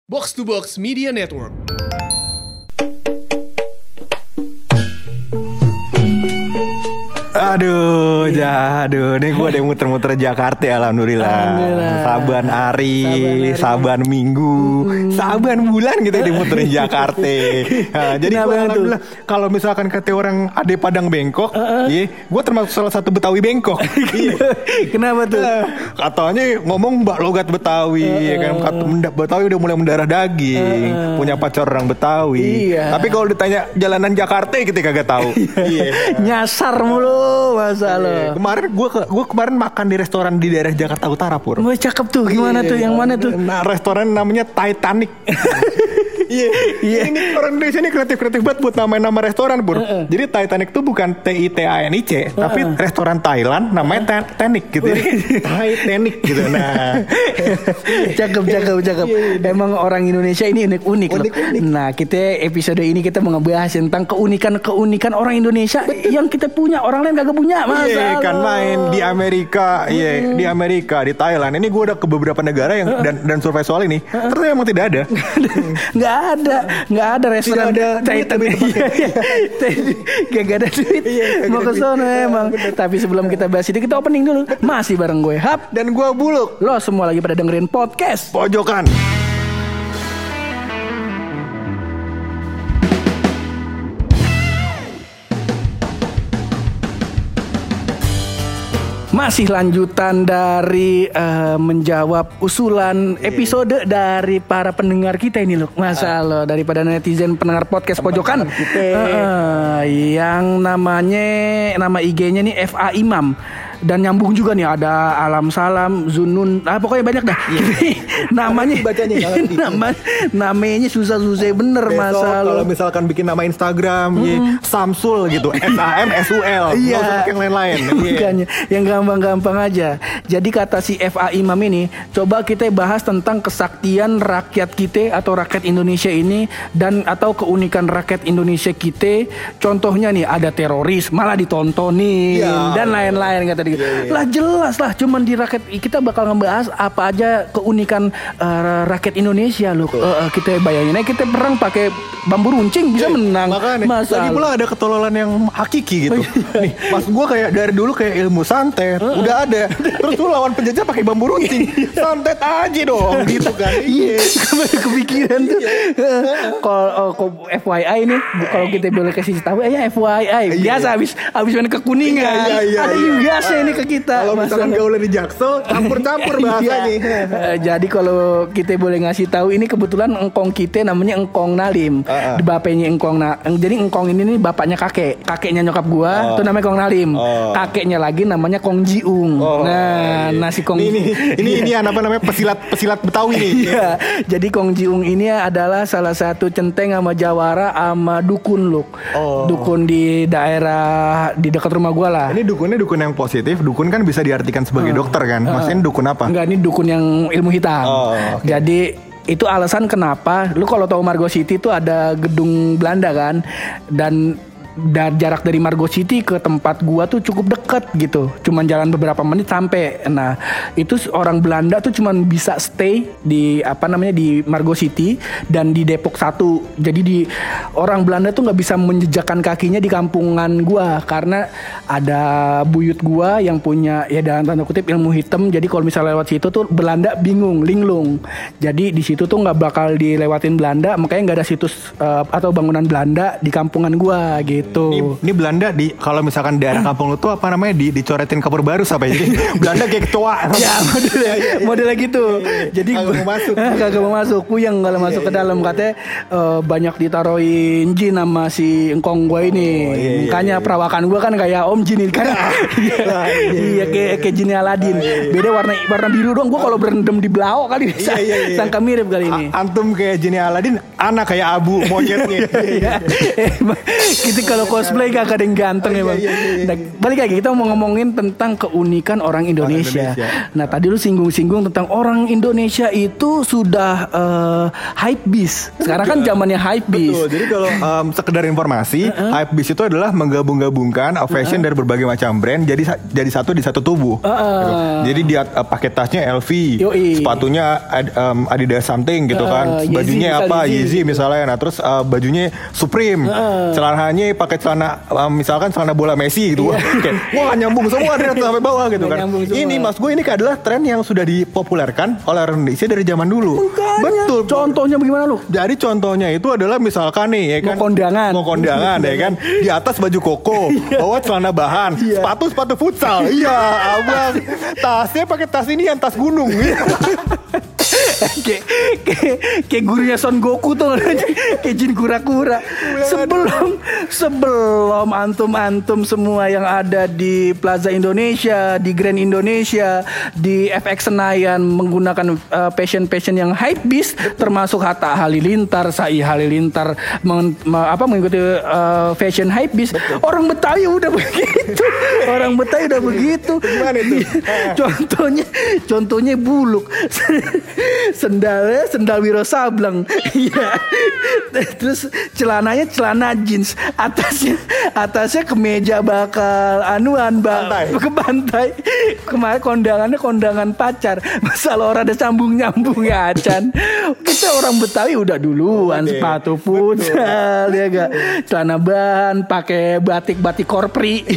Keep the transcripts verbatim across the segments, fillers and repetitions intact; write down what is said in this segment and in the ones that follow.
Box to Box Media Network. Aduh, ja, aduh, ini gue ada yang muter-muter Jakarta, alhamdulillah. alhamdulillah. Saban hari, saban, hari. saban minggu, mm. saban bulan gitu dimuterin Jakarta. Nah, jadi gue alhamdulillah, kalau misalkan kata orang ada Padang bengkok, uh-uh. iya, gue termasuk salah satu Betawi bengkok. Kenapa tuh? Nah, katanya ngomong mbak logat Betawi, uh-uh. ya kan? Kata Betawi udah mulai mendarah daging, uh-uh. punya pacar orang Betawi. Iya. Tapi kalau ditanya jalanan Jakarta, kita kagak tahu. Iya. Nyasar mulu. Oh, masa lo. Yeah. Kemarin gue gue kemarin makan di restoran di daerah Jakarta Utara, Pur. Gue cakep tuh. Gimana yeah. tuh? Yang mana tuh? Nah, restoran namanya Titanic. Iya, yeah. Ini orang Indonesia ini kreatif-kreatif banget buat namain nama restoran, Pur. Uh-uh. Jadi Titanic tuh bukan T I T A N I C, uh-uh. tapi restoran Thailand namanya Titanic gitu. Titanic gitu. Nah, cakep, cakep, cakep. Yeah, yeah. Emang orang Indonesia ini unik-unik loh. Unik-unik. Nah, kita episode ini kita mau ngebahas tentang keunikan-keunikan orang Indonesia. Betul. Yang kita punya orang lain kagak punya. Masa yeah, kan main di Amerika, iya, yeah, hmm. di Amerika, di Thailand. Ini gue udah ke beberapa negara yang uh-uh. dan dan survei soal ini. Uh-uh. Ternyata emang tidak ada. Nggak ada, nggak ada restoran Titanic. Gak ada duit. Mau ke sana emang. Tapi sebelum kita bahas itu, kita opening dulu. Masih bareng gue Hap dan gue Buluk. Lo semua lagi pada dengerin podcast Pojokan. Masih lanjutan dari uh, menjawab usulan episode yeah. dari para pendengar kita ini loh. Masa uh. lo daripada netizen pendengar podcast Pojokan uh, yang namanya nama I G-nya nih F A Imam. Dan nyambung juga nih ada Alam Salam, Zunun, ah pokoknya banyak dah. Yeah. namanya bacanya nama, namanya susah-susah bener. Besok kalau misalkan bikin nama Instagram, mm-hmm. ya, Samsul gitu, S A M S U L, nggak yeah. usah pakai yang lain-lain. Bukannya, yeah. yang gampang-gampang aja. Jadi kata si F A Imam ini, coba kita bahas tentang kesaktian rakyat kita atau rakyat Indonesia ini dan atau keunikan rakyat Indonesia kita. Contohnya nih ada teroris malah ditontonin yeah. dan lain-lain kata. Yeah, yeah. Lah jelas lah, cuman di rakyat kita bakal ngebahas apa aja keunikan uh, rakyat Indonesia loh. Uh, kita bayangin aja kita perang pakai bambu runcing bisa yeah, menang. Makanya. Lagi pula ada ketololan yang hakiki gitu. Nih, mas gue kayak dari dulu kayak ilmu santet uh, udah ada. Terus tuh lawan penjajah pakai bambu runcing. Santet aja dong gitu kan. Iya. Kepikiran tuh. Kalau oh, F Y I nih, kalau kita boleh kasih tahu ya F Y I. Biasa habis habis main ke Kuningan. Ada yang biasa ini ke kita. Kalau misalkan gaulnya di Jaksel, campur-campur bahasanya. uh, jadi kalau kita boleh ngasih tahu ini kebetulan engkong kita namanya Engkong Nalim. Uh-uh. Bapaknya Engkong na- Jadi Engkong ini nih bapaknya kakek. Kakeknya nyokap gua, uh. tuh namanya Kong Nalim. Uh. Kakeknya lagi namanya Kong Jiung. Uh. Nah, iya. nasi Kong ini ini ini apa namanya pesilat pesilat Betawi nih. Iya. Jadi Kong Jiung ini adalah salah satu centeng sama jawara sama dukun loh. Uh. Dukun di daerah di dekat rumah gua lah. Ini dukunnya dukun yang positif. Dukun kan bisa diartikan sebagai uh, dokter kan. Maksudnya uh, dukun apa? Enggak, ini dukun yang ilmu hitam. Oh, okay. Jadi itu alasan kenapa lu kalau tahu Margo City itu ada gedung Belanda kan, dan dan jarak dari Margo City ke tempat gua tuh cukup deket gitu, cuman jalan beberapa menit sampai. Nah itu orang Belanda tuh cuman bisa stay di apa namanya di Margo City dan di Depok satu. Jadi di orang Belanda tuh nggak bisa menjejakkan kakinya di kampungan gua karena ada buyut gua yang punya ya dalam tanda kutip ilmu hitam. Jadi kalau misalnya lewat situ tuh Belanda bingung, linglung. Jadi di situ tuh nggak bakal dilewatin Belanda, makanya nggak ada situs uh, atau bangunan Belanda di kampungan gua gitu. Ini, ini Belanda di kalau misalkan daerah kampung lu tuh apa namanya di dicoretin kapur baru apa ya? Jadi Belanda kayak kecoa. Ya modelnya, modelnya gitu. Jadi kagak mau masuk. Kagak mau masuk. Puyeng kalau masuk ke dalam katanya uh, banyak ditaruhin jin sama si engkong gue ini. Oh, iya, iya, makanya iya. perawakan gue kan kayak Om Jin ini kan. Iya kayak kayak jin Aladin. Beda warna warna biru doang. Gue kalau berendam di belau kali bisa iya, iya, iya. sangka mirip kali ini. A- antum kayak jin Aladin, anak kayak abu monyetnya. Kita Kalau cosplay kagak ada yang ganteng oh, emang. Iya, iya, iya. Nah, balik lagi kita mau ngomongin tentang keunikan orang Indonesia. orang Indonesia. Nah tadi lu singgung-singgung tentang orang Indonesia itu sudah uh, hype beast. Sekarang kan zamannya hype beast. Betul. Jadi kalau um, sekedar informasi, uh-uh. hype beast itu adalah menggabung-gabungkan fashion uh-uh. dari berbagai macam brand jadi jadi satu di satu tubuh. Uh-uh. Jadi dia uh, pakai tasnya L V, Yoi. sepatunya ad, um, Adidas something gitu uh, kan, bajunya Yeezy, apa Yeezy misalnya. Nah terus uh, bajunya Supreme, uh. celananya pakai celana um, misalkan celana bola Messi gitu. Yeah. Kayak wah nyambung semua dari atas sampai bawah gitu kan. Ini mas gue ini adalah tren yang sudah dipopulerkan oleh orang Indonesia dari zaman dulu. Bukannya. Betul. Contohnya bagaimana lu? Jadi contohnya itu adalah misalkan nih ya kan. Mau kondangan. Mau kondangan ya kan. Di atas baju koko, bawah celana bahan, yeah. sepatu sepatu futsal. Iya, abang. Tasnya pakai tas ini yang tas gunung. Kayak kayak kayak gurunya Son Goku tuh kayak jin kura-kura. Sebelum sebelum antum-antum semua yang ada di Plaza Indonesia, di Grand Indonesia, di F X Senayan menggunakan uh, passion-passion yang hype beast, termasuk Hatta Halilintar, Sai Halilintar meng, me, apa mengikuti uh, fashion hype beast. Betul. Orang Betawi udah begitu. Orang Betawi udah begitu. Gimana itu? Contohnya contohnya buluk. Sendalnya sendal Wiro Sableng. Iya. Terus celananya celana jeans, atasnya atasnya kemeja bakal anuan bang ke pantai. Kemarin kondangannya kondangan pacar. Masalah orang ada sambung-nyambung ya Acan. Kita orang Betawi udah duluan Betul. sepatu futsal ya gak. Celana ban, pakai batik-batik korpri.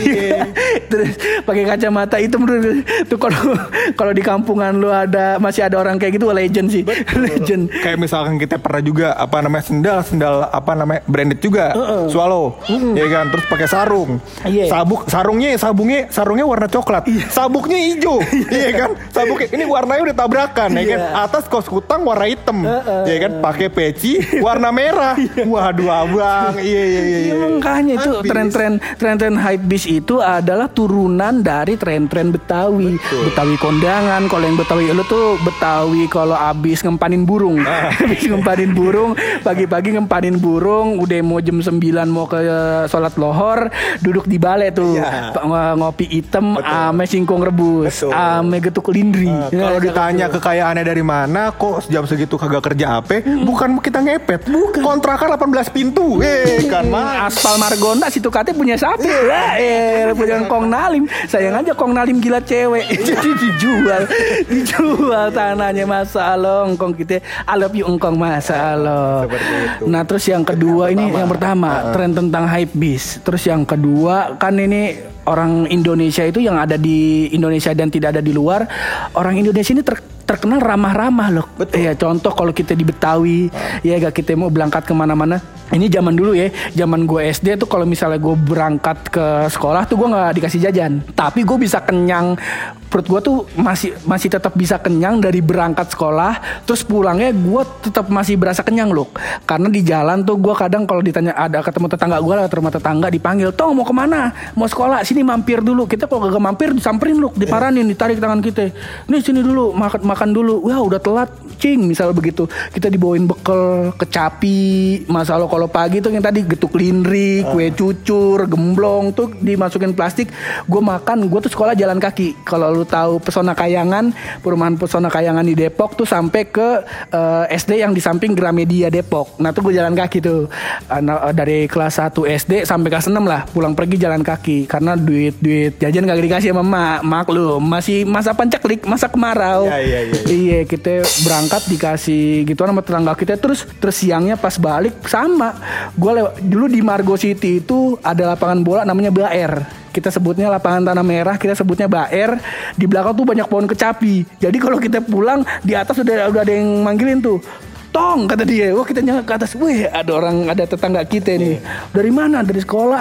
Terus pakai kacamata hitam tuh kalau kalau di kampungan lu ada masih ada orang kayak gitu legend sih. Legend. Kayak misalkan kita pernah juga apa namanya sendal sendal apa namanya branded juga uh-uh. Swallow uh-uh. ya kan terus pakai sarung yeah. sabuk sarungnya sabungnya sarungnya warna coklat yeah. sabuknya hijau iya kan sabuknya ini warnanya udah tabrakan yeah. ya kan atas kaos kutang warna hitam uh-uh. ya kan pakai peci warna merah waduh abang iya iya iya iya makanya itu tren-tren tren-tren hype beast itu adalah turunan dari tren-tren Betawi. Betul. Betawi kondangan kalau yang Betawi lu tuh Betawi kalau abis ngempanin burung ah. Abis ngempanin burung pagi-pagi ngempanin burung udah mau jam sembilan mau ke sholat lohor duduk di balai tuh ya. Ngopi hitam ame singkong rebus ame getuk lindri uh, ya, kalau ditanya gitu. Kekayaannya dari mana kok jam segitu kagak kerja apa hmm. bukan kita ngepet bukan. Kontrakan delapan belas pintu eh kan mah aspal Margonda situ katanya punya sapi lah eh punya Kong Nalim sayang aja Kong Nalim gila cewek jadi dijual dijual tanahnya masa Allah engkong kita I love you engkong masa Allah. Nah terus yang kedua yang ini pertama. yang pertama uh. tren tentang hype beast. Terus yang kedua kan ini orang Indonesia itu yang ada di Indonesia dan tidak ada di luar. Orang Indonesia ini ter terkenal ramah-ramah loh. Betul. Ya contoh kalau kita di Betawi, uh. ya gak kita mau berangkat kemana-mana. Ini zaman dulu ya, zaman gue S D tuh kalau misalnya gue berangkat ke sekolah tuh gue nggak dikasih jajan, tapi gue bisa kenyang. Perut gue tuh masih masih tetap bisa kenyang dari berangkat sekolah, terus pulangnya gue tetap masih berasa kenyang loh. Karena di jalan tuh gue kadang kalau ditanya ada ketemu tetangga gue lah, rumah tetangga dipanggil, "Tong mau kemana? Mau sekolah? Sini mampir dulu." Kita kalau gak mampir disamperin loh, diparanin, ditarik tangan kita. "Nih sini dulu, makan makan dulu." Wah udah telat, cing. Misal begitu, kita dibawain bekal, kecapi, masalah kalau pagi tuh yang tadi getuk lindri, kue cucur, gemblong tuh dimasukin plastik. Gue makan, gue tuh sekolah jalan kaki. Kalau lu tahu Pesona Kayangan, perumahan Pesona Kayangan di Depok tuh sampai ke uh, S D yang di samping Gramedia Depok. Nah tuh gue jalan kaki tuh uh, dari kelas satu S D sampai kelas enam lah, pulang pergi jalan kaki karena duit duit jajan gak dikasih sama mak. Maklum masih masa pancaklik, masa kemarau. Iya iya iya. Iya kita berangkat dikasih gitu sama tetangga kita, terus terus siangnya pas balik sama. Gue lewat dulu di Margo City itu ada lapangan bola namanya Baer. Kita sebutnya lapangan tanah merah, kita sebutnya Baer. Di belakang tuh banyak pohon kecapi. Jadi kalau kita pulang di atas udah udah ada yang manggilin tuh. "Tong," kata dia. Wah kita nyangka ke atas. Wih ada orang, ada tetangga kita nih. Dari mana? Dari sekolah.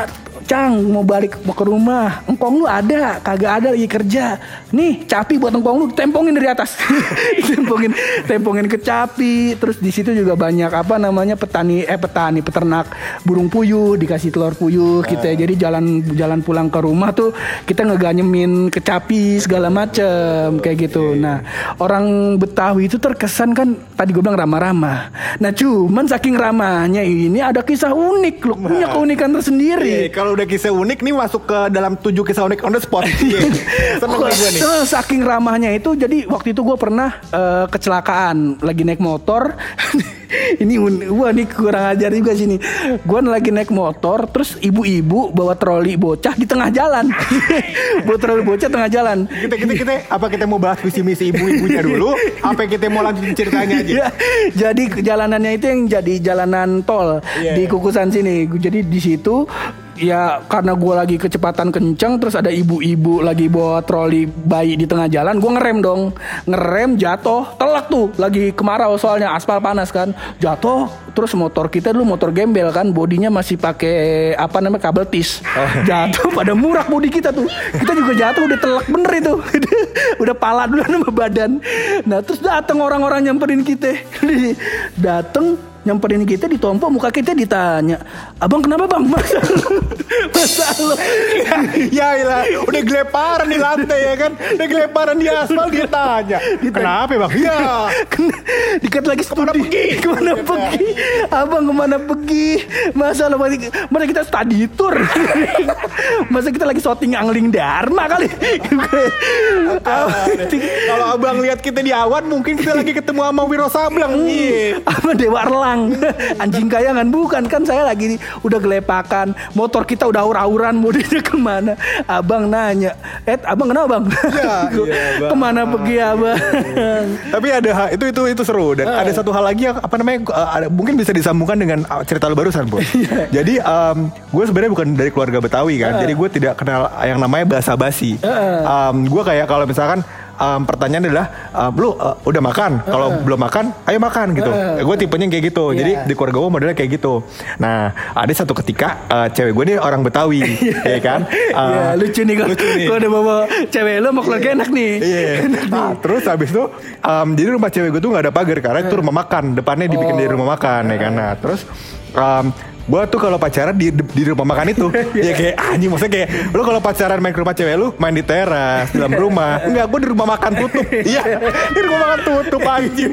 Cang mau balik mau ke rumah, engkong lu ada, kagak ada lagi kerja. Nih capi buat engkong lu, tempongin dari atas. tempongin, tempongin ke capi. Terus di situ juga banyak apa namanya petani, eh petani, peternak burung puyuh, dikasih telur puyuh kita. Jadi jalan jalan pulang ke rumah tuh kita ngeganyemin ke capi segala macem kayak gitu. Nah orang Betawi itu terkesan kan tadi gue bilang ramah-ramah. Nah cuman saking ramahnya ini ada kisah unik loh, punya keunikan tersendiri. Iya, kalau udah kisah unik nih masuk ke dalam tujuh kisah unik on the spot. Seneng gue nih. Saking ramahnya itu, jadi waktu itu gue pernah uh, kecelakaan lagi naik motor. Ini wah nih kurang ajar juga sini. Gue lagi naik motor, terus ibu-ibu bawa troli bocah di tengah jalan. Bawa troli bocah tengah jalan. Kita kita kita apa kita mau bahas visi misi ibu-ibunya dulu? Apa kita mau lanjutin ceritanya aja? Jadi jalanannya itu yang jadi jalanan tol yeah. di Kukusan sini. Jadi di situ ya karena gue lagi kecepatan kenceng, terus ada ibu-ibu lagi bawa troli bayi di tengah jalan, gue ngerem dong, ngerem jatuh, telak tuh, lagi kemarau soalnya aspal panas kan, jatuh, terus motor kita dulu motor gembel kan, bodinya masih pakai apa namanya kabel tis, jatuh pada murak bodi kita tuh, kita juga jatuh udah telak bener itu, udah pala dulu sama badan, nah terus datang orang-orang nyamperin kita, dateng nyamperin kita, ditompok muka kita, ditanya, abang kenapa bang? Masa masa lo ya ilah udah geleparan di lantai ya kan, udah geleparan di aspal, dia tanya, kenapa bang? Ya dikat lagi kemana pergi? Kemana pergi? Abang kemana pergi? Masa lo mana kita study tour? Masa kita lagi syuting Angling Dharma kali? Kalau abang lihat kita di awan, mungkin kita lagi ketemu sama Wiro Sableng, sama Dewa Erlang. Anjing kayangan, bukan kan, saya lagi udah gelepakan, motor kita udah aur-auran, modinya kemana? Abang nanya, eh abang kenapa bang? Ya, iya, kemana bang. Pergi abang? Tapi ada itu itu itu seru, dan uh. ada satu hal lagi yang apa namanya uh, ada, mungkin bisa disambungkan dengan cerita lu barusan, Bu. Jadi um, gue sebenarnya bukan dari keluarga Betawi kan, uh. jadi gue tidak kenal yang namanya basa-basi. Uh. Um, gue kayak kalau misalkan Um, pertanyaan adalah uh, lu uh, udah makan, kalau uh. belum makan ayo makan gitu. uh. Gue tipenya kayak gitu, yeah. Jadi di keluarga gue modelnya kayak gitu. Nah ada satu ketika uh, cewek gue nih orang Betawi, ya kan. uh, yeah, lucu nih gue udah bawa cewek lu mau keluarga enak nih. Yeah. Nah, terus habis itu um, jadi rumah cewek gue tuh nggak ada pagar karena uh. itu rumah makan, depannya dibikin oh. dari rumah makan, uh. ya kan. Nah terus um, gue tuh kalau pacaran di, di rumah makan itu ya kayak anjing, maksudnya kayak lu kalau pacaran main ke rumah cewek lu main di teras dalam rumah, enggak, gue di rumah makan tutup. Iya, di rumah makan tutup anjing.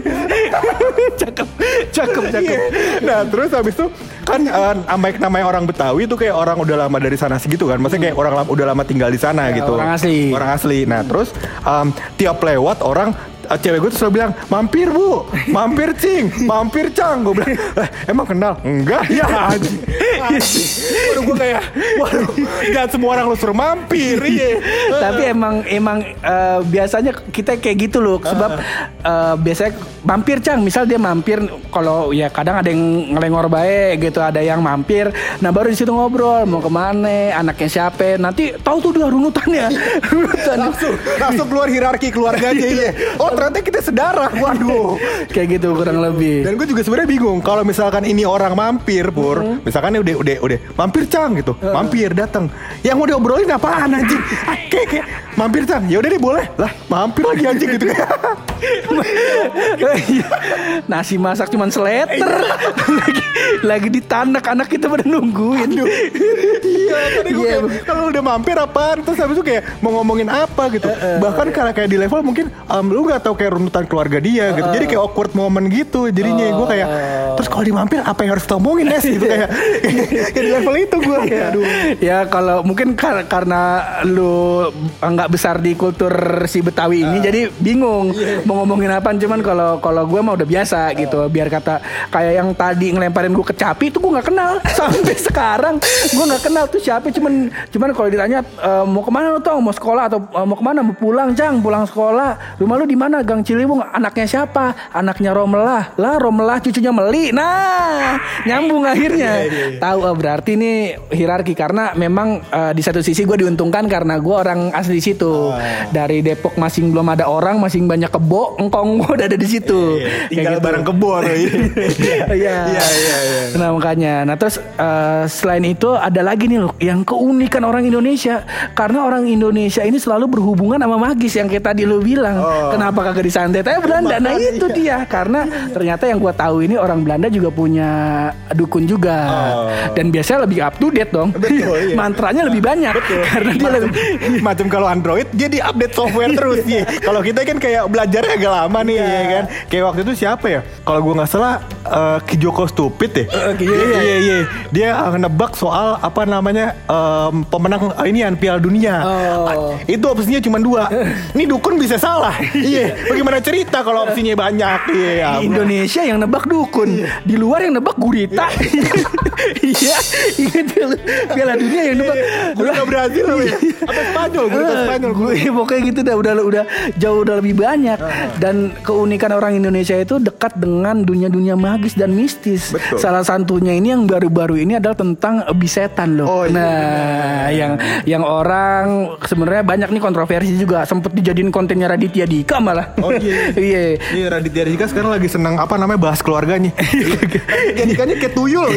Cakep, cakep, cakep. Nah terus habis itu kan uh, namanya orang Betawi tuh kayak orang udah lama dari sana segitu kan, maksudnya kayak orang lama, udah lama tinggal di sana ya, gitu. Orang asli. Orang asli. Nah terus um, tiap lewat orang cewek gue tuh selalu bilang, mampir bu, mampir cing, mampir cang. Gue bilang, eh, emang kenal? Enggak, ya anjing. Waduh gue kayak, waduh, jangan semua orang lu suruh mampir. Iya. Tapi emang emang uh, biasanya kita kayak gitu loh, sebab uh, biasanya mampir cang, misal dia mampir, kalau ya kadang ada yang ngelengor baik gitu, ada yang mampir, nah baru di situ ngobrol mau kemana, anaknya siapa, nanti tahu tuh udah runutannya, runutannya. langsung langsung keluar hierarki keluarganya. Iya. Oh ternyata kita sedarah, waduh. Kayak gitu kurang lebih. Dan gue juga sebenarnya bingung kalau misalkan ini orang mampir, Pur, mm-hmm. misalkan udah udah udah mampir cang gitu, uh. mampir datang, yang mau diobrolin apaan anjing? Kayak kayak mampir cang, ya udah deh boleh lah, mampir lagi anjing gitu kayak. Nasi masak cuman seleter, lagi lagi ditanak, anak kita pada nungguin. Iya, tadi gue yeah. kayak kalau udah mampir apaan, terus habis itu kayak mau ngomongin apa gitu. Uh, uh, Bahkan karena kayak di level mungkin um, lu nggak tahu kayak runutan keluarga dia gitu. Uh, Jadi kayak awkward moment gitu. Jadinya uh, gue kayak terus kalau dimampir apa yang harus kita omongin Nes gitu kayak, kayak di level itu gue. Ya, aduh. Ya kalau mungkin kar- karena lu nggak besar di kultur si Betawi ini, uh, jadi bingung yeah. mau ngomongin apa. Cuman kalau kalau gue mah udah biasa uh. gitu. Biar kata kayak yang tadi ngelemparin gue ke Capi itu gue nggak kenal sampai sekarang. Gue nggak kenal tuh siapa. Cuman cuman kalau ditanya e, mau kemana lu Tong, mau sekolah atau e, mau kemana, mau pulang Jang, pulang sekolah, rumah lu di mana, Gang Ciliwung, anaknya siapa, anaknya Romelah, lah Romelah cucunya Meli. Nah nyambung akhirnya. Tahu oh, berarti ini hierarki, karena memang e, di satu sisi gue diuntungkan karena gue orang asli situ. Dari Depok masih belum ada orang, masih banyak kebun Bo, engkong Bo udah ada di situ. Iya, tinggal gitu. Barang kebor. Iya, iya, iya, iya. Nah makanya, nah terus uh, selain itu ada lagi nih loh, yang keunikan orang Indonesia, karena orang Indonesia ini selalu berhubungan sama magis yang kayak tadi lo bilang. Oh. Kenapa kagak disantet aja Belanda? Nah itu dia, karena ternyata yang gua tahu ini orang Belanda juga punya dukun juga. Oh. Dan biasanya lebih up to date dong. Betul, iya. Mantranya lebih banyak. Betul. Karena dia lebih macam kalau Android dia di update software terus ya. Kalau kita kan kayak belajarnya agak lama nih yeah. ya kan. Kayak waktu itu siapa ya? Kalau gue nggak salah uh, Kijoko Stupid ya. Uh, iya iya iya. Dia uh, nebak soal apa namanya um, pemenang uh, ini yang Piala Dunia. Oh. Uh, itu opsinya cuma dua. Ini dukun bisa salah. Iya. Bagaimana cerita kalau opsinya banyak? Iya. Di Indonesia yang nebak dukun, yeah. Di luar yang nebak gurita. Iya. Ingat Piala Dunia yang nebak. Gurita Brazil loh ya. Apa Spanyol? Gurita Spanyol. Gue pokoknya gitu dah udah udah jauh udah lebih banyak. Dan keunikan orang Indonesia itu dekat dengan dunia-dunia magis dan mistis. Betul. Salah satunya ini yang baru-baru ini adalah tentang bisetan loh. Oh, iya, nah, bener. yang yang orang sebenarnya banyak nih kontroversi juga, sempet dijadiin kontennya Raditya Dika malah. Oh iya. Iya. Iya, Raditya Dika sekarang lagi senang apa namanya bahas keluarganya. Raditya Dikanya kayak tuyul.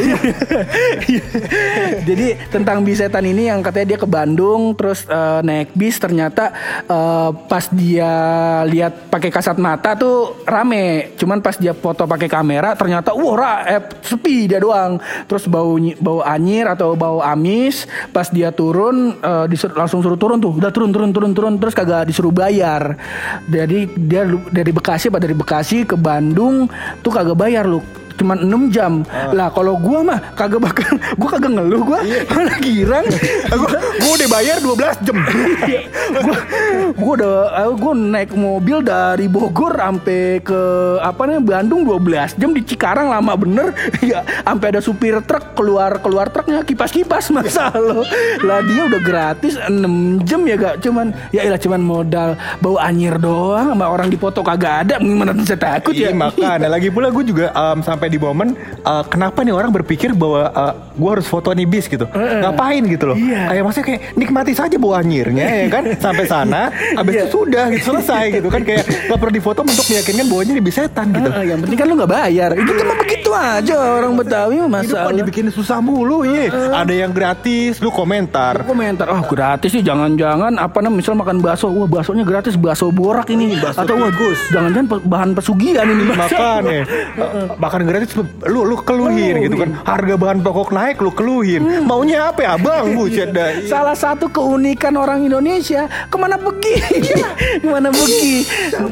Jadi tentang bisetan ini yang katanya dia ke Bandung terus uh, naik bis, ternyata uh, pas dia lihat pakai kasat mata tuh rame, cuman pas dia foto pakai kamera ternyata wah ra, eh, sepi dia doang. Terus bau bau anyir atau bau amis, pas dia turun uh, disur, langsung suruh turun tuh, udah turun turun turun turun terus kagak disuruh bayar. Jadi dia dari Bekasi apa dari Bekasi ke Bandung tuh kagak bayar lu. Cuma enam jam. Ah. Lah kalau gua mah kagak bakal, gua kagak ngeluh gua. Iya. Malah girang. gua, gua udah bayar dua belas jam. gua, gua udah gua naik mobil dari Bogor sampai ke apa namanya Bandung dua belas jam, di Cikarang lama bener. Ya, sampai ada supir truk keluar keluar truknya kipas-kipas masa lo. Lah dia udah gratis enam jam ya gak, cuman ya ilah cuman modal bau anyir doang, sama orang dipoto kagak ada, gimana bisa takut ya. Iya, makanya lagi pula gua juga um, sampai di momen uh, kenapa nih orang berpikir bahwa uh, gue harus foto nih bis gitu, uh, ngapain gitu loh, iya. Kayak maksudnya kayak nikmati saja bau anyirnya ya kan, sampai sana habis iya. itu sudah gitu, selesai gitu kan, kayak nggak perlu difoto untuk meyakinkan bahwa ini bis setan gitu. Uh, yang penting kan lu nggak bayar, itu cuma begitu aja orang Betawi masa lu dibikin susah mulu ya. Uh, ada yang gratis, lu komentar, lu komentar, oh gratis sih, jangan-jangan apa namanya misal makan bakso, wah baksonya gratis, bakso borak ini, bakso atau wah jangan-jangan bahan pesugihan ini makan ya, uh, makan gratis lu lu keluhin oh, gitu kan, harga bahan pokok naik lu keluhin, hmm. maunya apa ya bang, buset dah. Salah satu keunikan orang Indonesia kemana pergi, kemana pergi,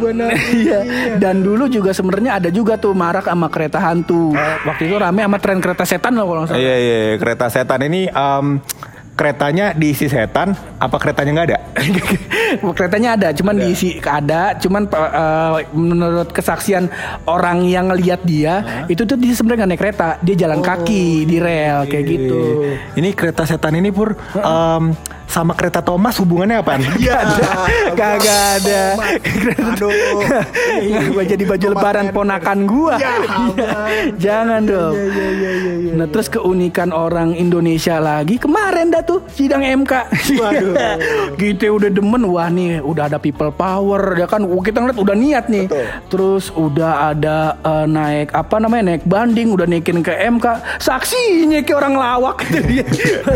iya. Dan dulu juga sebenarnya ada juga tuh marak sama kereta hantu, waktu itu rame sama tren kereta setan loh kalau nggak salah. Iya iya kereta setan ini um, keretanya diisi setan, apa keretanya nggak ada? Keretanya ada, cuman ada. diisi ada, cuman uh, menurut kesaksian orang yang ngelihat dia, huh? itu tuh dia sebenarnya nggak naik kereta, dia jalan oh, kaki di rel okay. kayak gitu. Ini kereta setan ini pur um, sama kereta Thomas hubungannya apa? Iya, kagak ada. Aduh, gua jadi baju lebaran ponakan gua. Ya, jangan dong. Ya, ya, ya, ya, ya. Nah terus keunikan orang Indonesia lagi kemarin dah tuh sidang M K. Waduh. Kita udah demen, wah nih udah ada people power ya kan, kita ngeliat udah niat nih. Betul. Terus udah ada uh, naik apa namanya naik banding, udah naikin ke M K, saksinya kayak orang lawak gitu dia.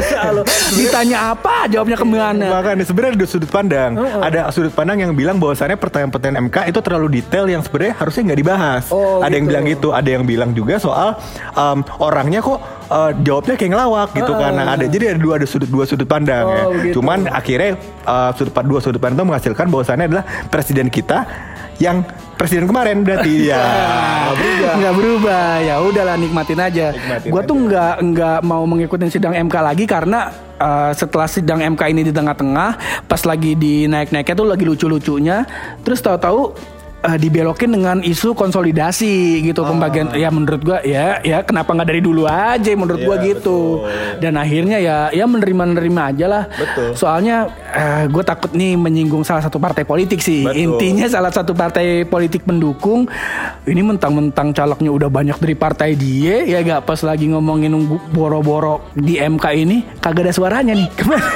Ditanya apa jawabnya kemana? Makanya sebenarnya ada sudut pandang, uh, uh. ada sudut pandang yang bilang bahwasannya pertanyaan-pertanyaan M K itu terlalu detail yang sebenarnya harusnya nggak dibahas. Oh, ada gitu. Yang bilang gitu, ada yang bilang juga soal um, orangnya kok uh, jawabnya kayak ngelawak gitu uh, karena ada jadi ada dua ada sudut dua sudut pandang oh, ya. Gitu. Cuman akhirnya uh, sudut dua sudut pandang itu menghasilkan bahwasannya adalah presiden kita yang presiden kemarin berarti ya nggak berubah. Nggak berubah ya udahlah nikmatin aja. Gue tuh nggak nggak mau mengikutin sidang M K lagi karena uh, setelah sidang M K ini di tengah-tengah pas lagi di naik-naiknya tuh lagi lucu-lucunya, terus tahu-tahu Uh, dibelokin dengan isu konsolidasi gitu, oh. pembagian ya menurut gua ya ya kenapa nggak dari dulu aja menurut yeah, gua gitu betul. Dan akhirnya ya ya menerima-nerima aja lah. Betul. Soalnya uh, gue takut nih menyinggung salah satu partai politik sih. Betul. Intinya salah satu partai politik pendukung ini mentang-mentang calegnya udah banyak dari partai dia, ya gak pas lagi ngomongin boro-boro di M K ini kagak ada suaranya nih.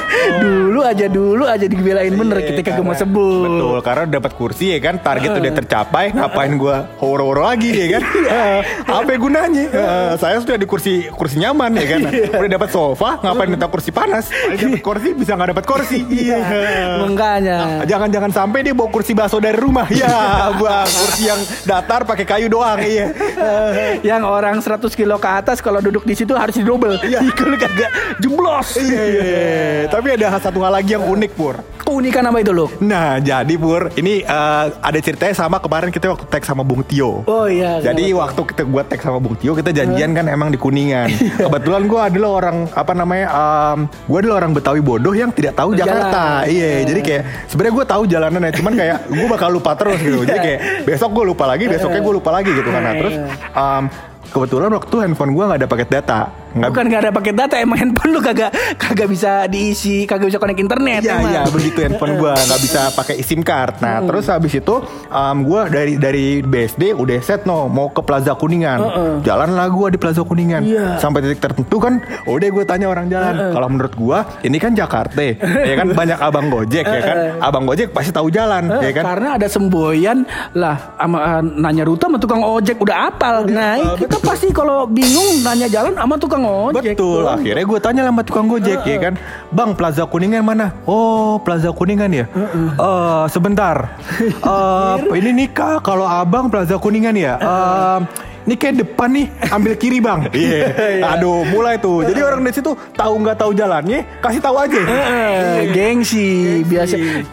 dulu aja dulu aja dibelain bener, kita kagak mau sebut. Betul, karena dapat kursi ya kan, target uh. udah tercapai, ngapain gue horo-horo lagi ya kan? uh, apa gunanya? Uh, saya sudah di kursi kursi nyaman ya kan, udah dapat sofa, ngapain minta kursi panas? Dapat kursi bisa nggak dapat kursi? Iya. Makanya. Nah, jangan-jangan sampai dia bawa kursi bakso dari rumah. Ya, bang, kursi yang datar pakai kayu doang. Iya. Yang orang seratus kilo ke atas kalau duduk di situ harus didobel. Iya. Kalau kagak jeblos. Iya, iya. Tapi ada satu hal lagi yang unik, Pur. Keunikan apa itu, Lu? Nah, jadi Pur, ini uh, ada ceritanya sama kemarin kita waktu tag sama Bung Tio. Oh iya. Jadi betul. Waktu kita gua tag sama Bung Tio, kita janjian kan emang di Kuningan. Kebetulan gua adalah orang apa namanya? Um, gua adalah orang Betawi bodoh yang tidak tahu Jakarta. Jalan. Iya, jadi kayak sebenarnya gua tahu jalanannya, cuman kayak gua bakal lupa terus gitu. Jadi kayak besok gua lupa lagi, besoknya gua lupa lagi gitu kan. Nah, terus um, kebetulan waktu handphone gue nggak ada paket data. Nggak Bukan nggak ada paket data, emang handphone lu kagak kagak bisa diisi, kagak bisa connect internet. Iya iya begitu, handphone gue nggak bisa pakai SIM card. Nah hmm. terus habis itu um, gue dari dari B S D udah set no mau ke Plaza Kuningan. Uh-uh. Jalan lah gue di Plaza Kuningan. Yeah. Sampai titik tertentu kan, udah gue tanya orang jalan. Uh-uh. Kalau menurut gue ini kan Jakarta, ya kan banyak abang Gojek ya kan. Abang Gojek pasti tahu jalan, uh, ya kan. Karena ada semboyan lah, ama, uh, nanya rute sama tukang ojek udah apal. Nah uh, kita pasti kalau bingung nanya jalan sama tukang ojek. Betul. Akhirnya gue tanya sama tukang Gojek uh-uh. ya kan, Bang, Plaza Kuningan mana? Oh, Plaza Kuningan ya. Uh-uh. Uh, sebentar. uh, ini nikah kalau abang Plaza Kuningan ya. Uh, Ini kayak depan nih, ambil kiri bang. Iya. Yeah. Aduh, mulai tuh. Jadi orang dari situ tahu nggak tahu jalannya, kasih tahu aja. Uh, gengsi, biasa.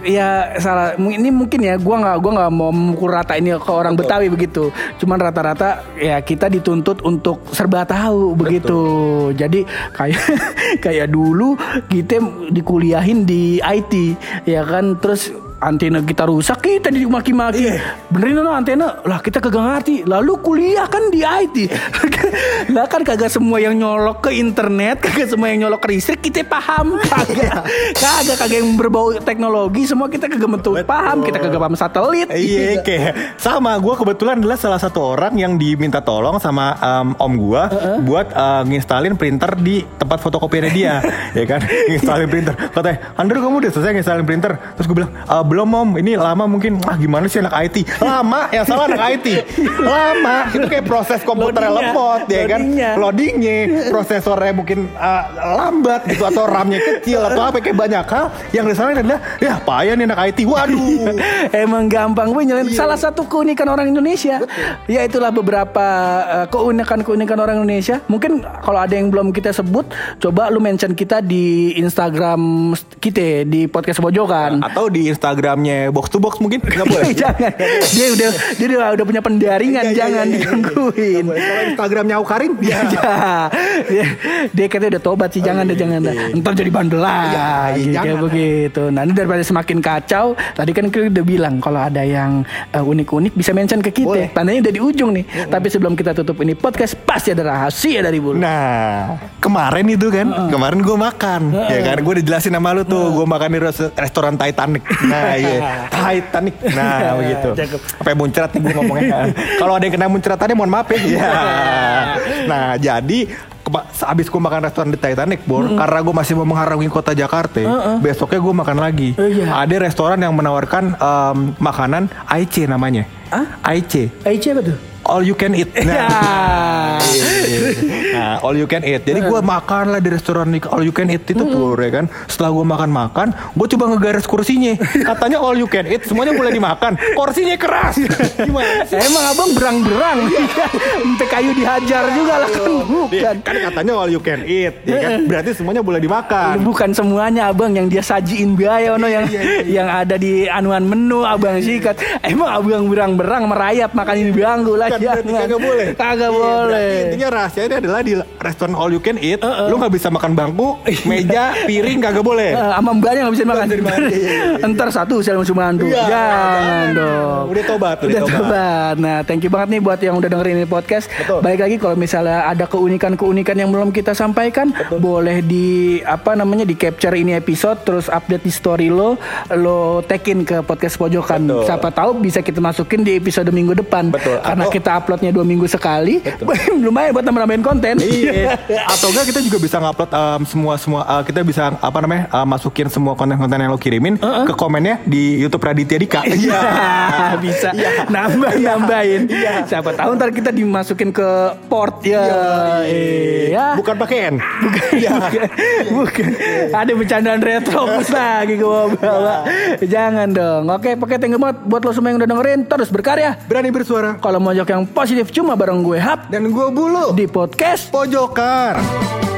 Ya salah. Ini mungkin ya, gua nggak, gua nggak mau memukul rata ini ke orang Betul. Betawi begitu. Cuman rata-rata ya kita dituntut untuk serba tahu begitu. Betul. Jadi kayak kayak dulu kita dikuliahin di I T, ya kan. Terus antena kita rusak, kita dimaki-maki. Iya. Benerin no antena, lah kita kagak ngerti. Lalu kuliah kan di I T. Lah kan kagak semua yang nyolok ke internet, kagak semua yang nyolok ke listrik kita paham. Kagak. Kagak kagak yang berbau teknologi, semua kita kagak betul paham, kita kagak paham satelit. Iya, kayak sama gue kebetulan adalah salah satu orang yang diminta tolong sama um, om gue uh-uh. buat uh, nginstalin printer di tempat fotokopiannya dia. Ya kan, nginstalin printer. Katanya, Andrew kamu udah selesai nginstalin printer? Terus gue bilang, uh, belum om, ini lama mungkin. Ah gimana sih anak I T? Lama, yang salah anak I T. Lama, itu kayak proses komputernya lemot ya kan, loadingnya, prosesornya mungkin uh, lambat gitu, atau RAM-nya kecil atau apa, kayak banyak hal yang disalahin adalah ya payah nih anak I T. Waduh. Emang gampang gue nyalain. Salah satu keunikan orang Indonesia. Betul. Ya itulah beberapa uh, keunikan-keunikan orang Indonesia. Mungkin kalau ada yang belum kita sebut, coba lu mention kita di Instagram kita di Podcast Pojokan, atau di Instagram Instagramnya box to box mungkin nggak boleh. Jangan. Dia udah dia udah, udah punya pendaringan, ya, jangan ya, ya, digangguin. Ya, ya. Kalau Instagramnya Aukarin, ya. dia, dia katanya udah tobat sih, jangan deh, jangan dah. Entar jadi bandel lah. Ya, ya, kayak begitu. Nah, ini daripada semakin kacau, tadi kan kita udah bilang kalau ada yang uh, unik-unik bisa mention ke kita. Tandanya udah di ujung nih. Mm-hmm. Tapi sebelum kita tutup ini podcast, pasti ada rahasia dari Bulu. Nah, kemarin itu kan, uh-uh. kemarin gue makan, uh-uh. ya kan, gue dijelasin sama lu tuh, uh-uh. gue makan di restoran Titanic. Nah, iya, Titanic. Nah, begitu. Sampai muncrat nih gue ngomongnya. Kalau ada yang kena muncrat tadi mohon maaf ya. Ya. Nah, jadi habis gue makan restoran di Titanic, Bor, mm-hmm. karena gue masih mau mengharungi kota Jakarta, uh-uh. besoknya gue makan lagi. Uh, yeah. Ada restoran yang menawarkan um, makanan I C namanya. Huh? I C. I C apa tuh? All you can eat. Nah, nah all you can eat. Jadi gue makan lah di restoran all you can eat itu tuh, ya kan. Setelah gue makan-makan, gue coba ngegaris kursinya. Katanya all you can eat, semuanya boleh dimakan. Kursinya keras. Gimana sih? Emang abang berang-berang. Sampai kayu dihajar juga lah kan. Bukan. Kan katanya all you can eat, ya kan? Berarti semuanya boleh dimakan. Bukan semuanya abang, yang dia sajiin biaya ono yang yang ada di anuan menu abang sikat. Emang abang berang-berang merayap makan ini banggu lah. Kan berarti kagak boleh. Kagak iya, boleh. Intinya rahasianya adalah di di restoran all you can eat, uh, uh. lu nggak bisa makan bangku, meja, piring kagak boleh. Uh, sama mbaknya nggak bisa makan. Entar satu saya langsung mantu. Iya, jangan dong. Udah tobat, udah, udah tobat. tobat. Nah, thank you banget nih buat yang udah dengerin ini podcast. Betul. Baik lagi kalau misalnya ada keunikan-keunikan yang belum kita sampaikan, betul, boleh di apa namanya di capture ini episode, terus update di story lo, lo tag-in ke podcast pojokan. Betul. Siapa tahu bisa kita masukin di episode minggu depan. Betul. Karena Atau, kita uploadnya dua minggu sekali, lumayan buat nambahin konten. Iya. Atau enggak kita juga bisa ngupload um, semua semua uh, kita bisa apa namanya uh, masukin semua konten-konten yang lo kirimin uh-uh. ke komennya di YouTube Raditya Dika. Iya. Bisa ya. nambah nambahin. Ya. Siapa tahu ntar kita dimasukin ke port ya. Iya. Bukan pakai N. Bukan. Ya. Bukan. Bukan. Ada bercandaan retro lagi gue bawa. Jangan dong. Oke, pakai thank you banget buat lo semua yang udah dengerin. Terus berkarya, berani bersuara. Kalau mojok yang positif cuma bareng gue Hap dan gue Bulu di podcast Pojokan.